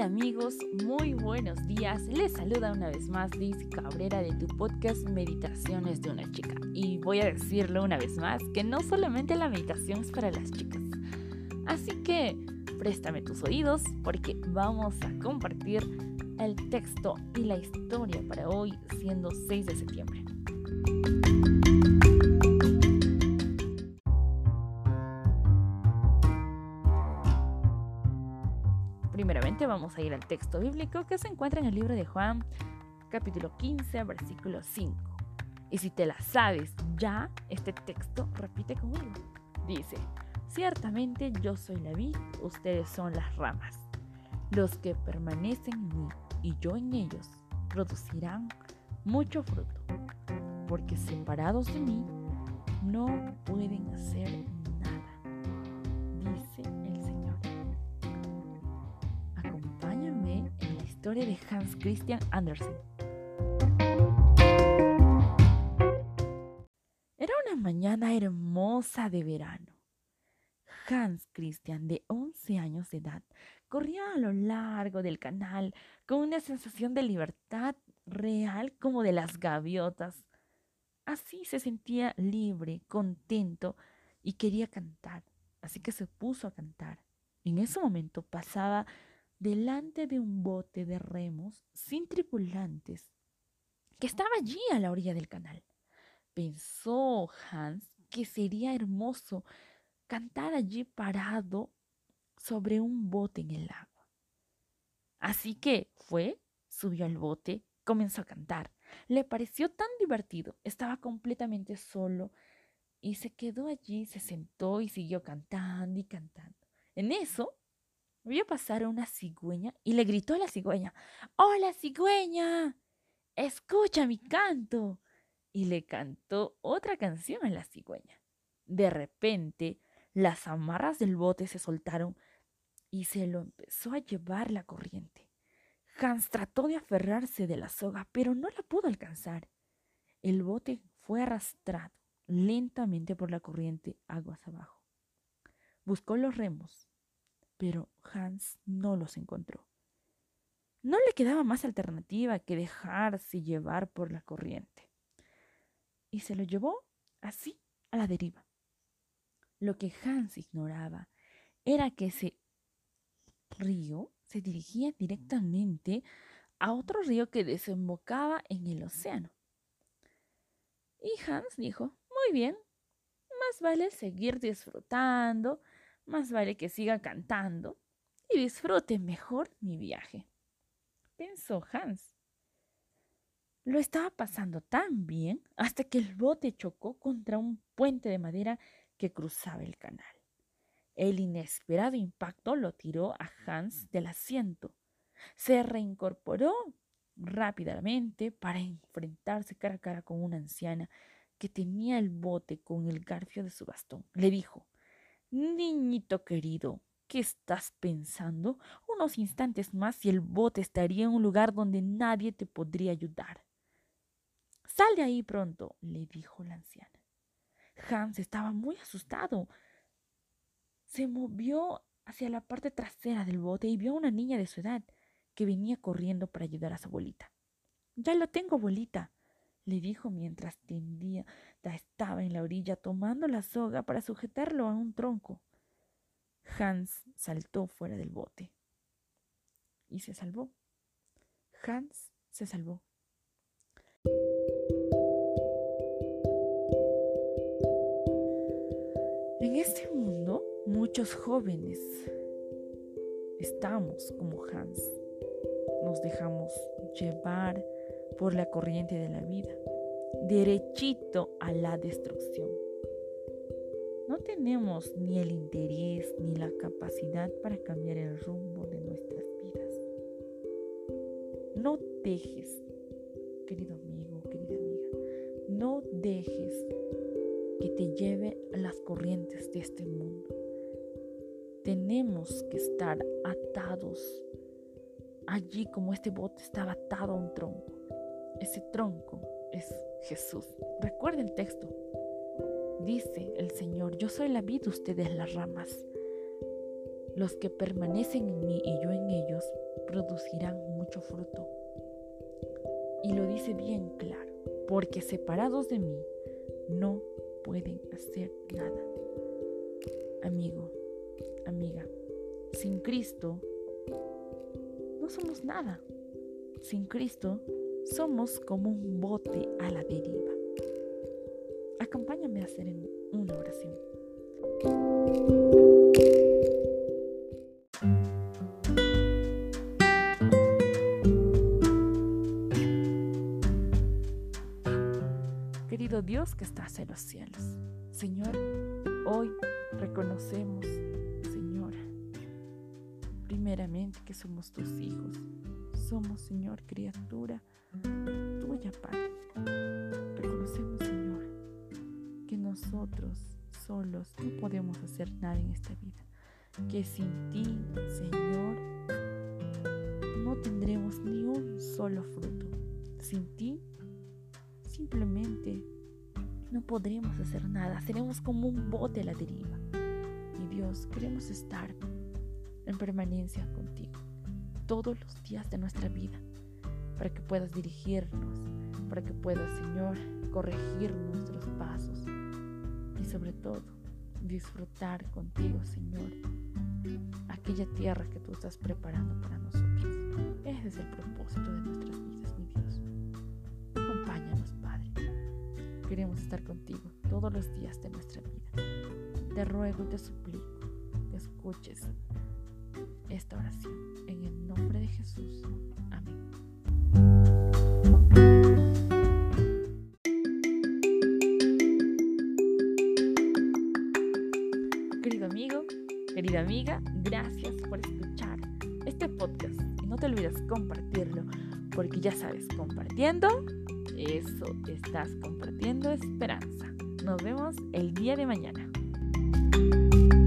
Hola amigos, muy buenos días. Les saluda una vez más Daisy Cabrera de tu podcast Meditaciones de una chica. Y voy a decirlo una vez más que no solamente la meditación es para las chicas. Así que préstame tus oídos porque vamos a compartir el texto y la historia para hoy siendo 6 de septiembre. Primeramente vamos a ir al texto bíblico que se encuentra en el libro de Juan, capítulo 15, versículo 5. Y si te la sabes ya, este texto repite conmigo. Dice, ciertamente yo soy la vid, ustedes son las ramas. Los que permanecen en mí y yo en ellos producirán mucho fruto, porque separados de mí no pueden hacer nada, dice el Señor. Acompáñame en la historia de Hans Christian Andersen. Era una mañana hermosa de verano. Hans Christian, de 11 años de edad, corría a lo largo del canal con una sensación de libertad real como de las gaviotas. Así se sentía libre, contento y quería cantar. Así que se puso a cantar. En ese momento pasaba delante de un bote de remos sin tripulantes que estaba allí a la orilla del canal. Pensó Hans que sería hermoso cantar allí parado sobre un bote en el agua. Así que subió al bote, comenzó a cantar. Le pareció tan divertido, estaba completamente solo y se quedó allí, se sentó y siguió cantando y cantando. En eso vio pasar a una cigüeña y le gritó a la cigüeña, ¡Hola, cigüeña! ¡Escucha mi canto! Y le cantó otra canción a la cigüeña. De repente, las amarras del bote se soltaron y se lo empezó a llevar la corriente. Hans trató de aferrarse de la soga, pero no la pudo alcanzar. El bote fue arrastrado lentamente por la corriente aguas abajo. Buscó los remos, pero Hans no los encontró. No le quedaba más alternativa que dejarse llevar por la corriente. Y se lo llevó así a la deriva. Lo que Hans ignoraba era que ese río se dirigía directamente a otro río que desembocaba en el océano. Y Hans dijo, muy bien, más vale seguir disfrutando, más vale que siga cantando y disfrute mejor mi viaje, pensó Hans. Lo estaba pasando tan bien hasta que el bote chocó contra un puente de madera que cruzaba el canal. El inesperado impacto lo tiró a Hans del asiento. Se reincorporó rápidamente para enfrentarse cara a cara con una anciana que tenía el bote con el garfio de su bastón. Le dijo, niñito querido, ¿qué estás pensando? Unos instantes más y el bote estaría en un lugar donde nadie te podría ayudar. Sal de ahí pronto, le dijo la anciana. Hans estaba muy asustado. Se movió hacia la parte trasera del bote y vio a una niña de su edad que venía corriendo para ayudar a su abuelita. Ya lo tengo, abuelita, le dijo mientras tendía. Estaba en la orilla tomando la soga para sujetarlo a un tronco. Hans saltó fuera del bote y se salvó. Hans se salvó. En este mundo, muchos jóvenes estamos como Hans. Nos dejamos llevar por la corriente de la vida, derechito a la destrucción. No tenemos ni el interés ni la capacidad para cambiar el rumbo de nuestras vidas. No dejes, querido amigo, querida amiga, no dejes que te lleve a las corrientes de este mundo. Tenemos que estar atados allí como este bote estaba atado a un tronco. Ese tronco es Jesús. Recuerda el texto. Dice el Señor, yo soy la vid, ustedes las ramas. Los que permanecen en mí y yo en ellos producirán mucho fruto. Y lo dice bien claro, porque separados de mí no pueden hacer nada. Amigo, amiga, sin Cristo no somos nada. Sin Cristo somos como un bote a la deriva. Acompáñame a hacer una oración. Querido Dios que estás en los cielos, Señor, hoy reconocemos, Señor, primeramente que somos tus hijos. Somos, Señor, criatura tuya, Padre. Reconocemos, Señor, que nosotros solos no podemos hacer nada en esta vida. Que sin ti, Señor, no tendremos ni un solo fruto. Sin ti, simplemente no podremos hacer nada. Seremos como un bote a la deriva. Y Dios, queremos estar en permanencia contigo todos los días de nuestra vida, para que puedas dirigirnos, para que puedas, Señor, corregir nuestros pasos y sobre todo disfrutar contigo, Señor, aquella tierra que tú estás preparando para nosotros. Ese es el propósito de nuestras vidas, mi Dios. Acompáñanos, Padre. Queremos estar contigo todos los días de nuestra vida. Te ruego y te suplico que escuches esta oración en el nombre de Jesús. Amén. Querido amigo, querida amiga, gracias por escuchar este podcast y no te olvides compartirlo, porque ya sabes, compartiendo, eso estás compartiendo esperanza. Nos vemos el día de mañana.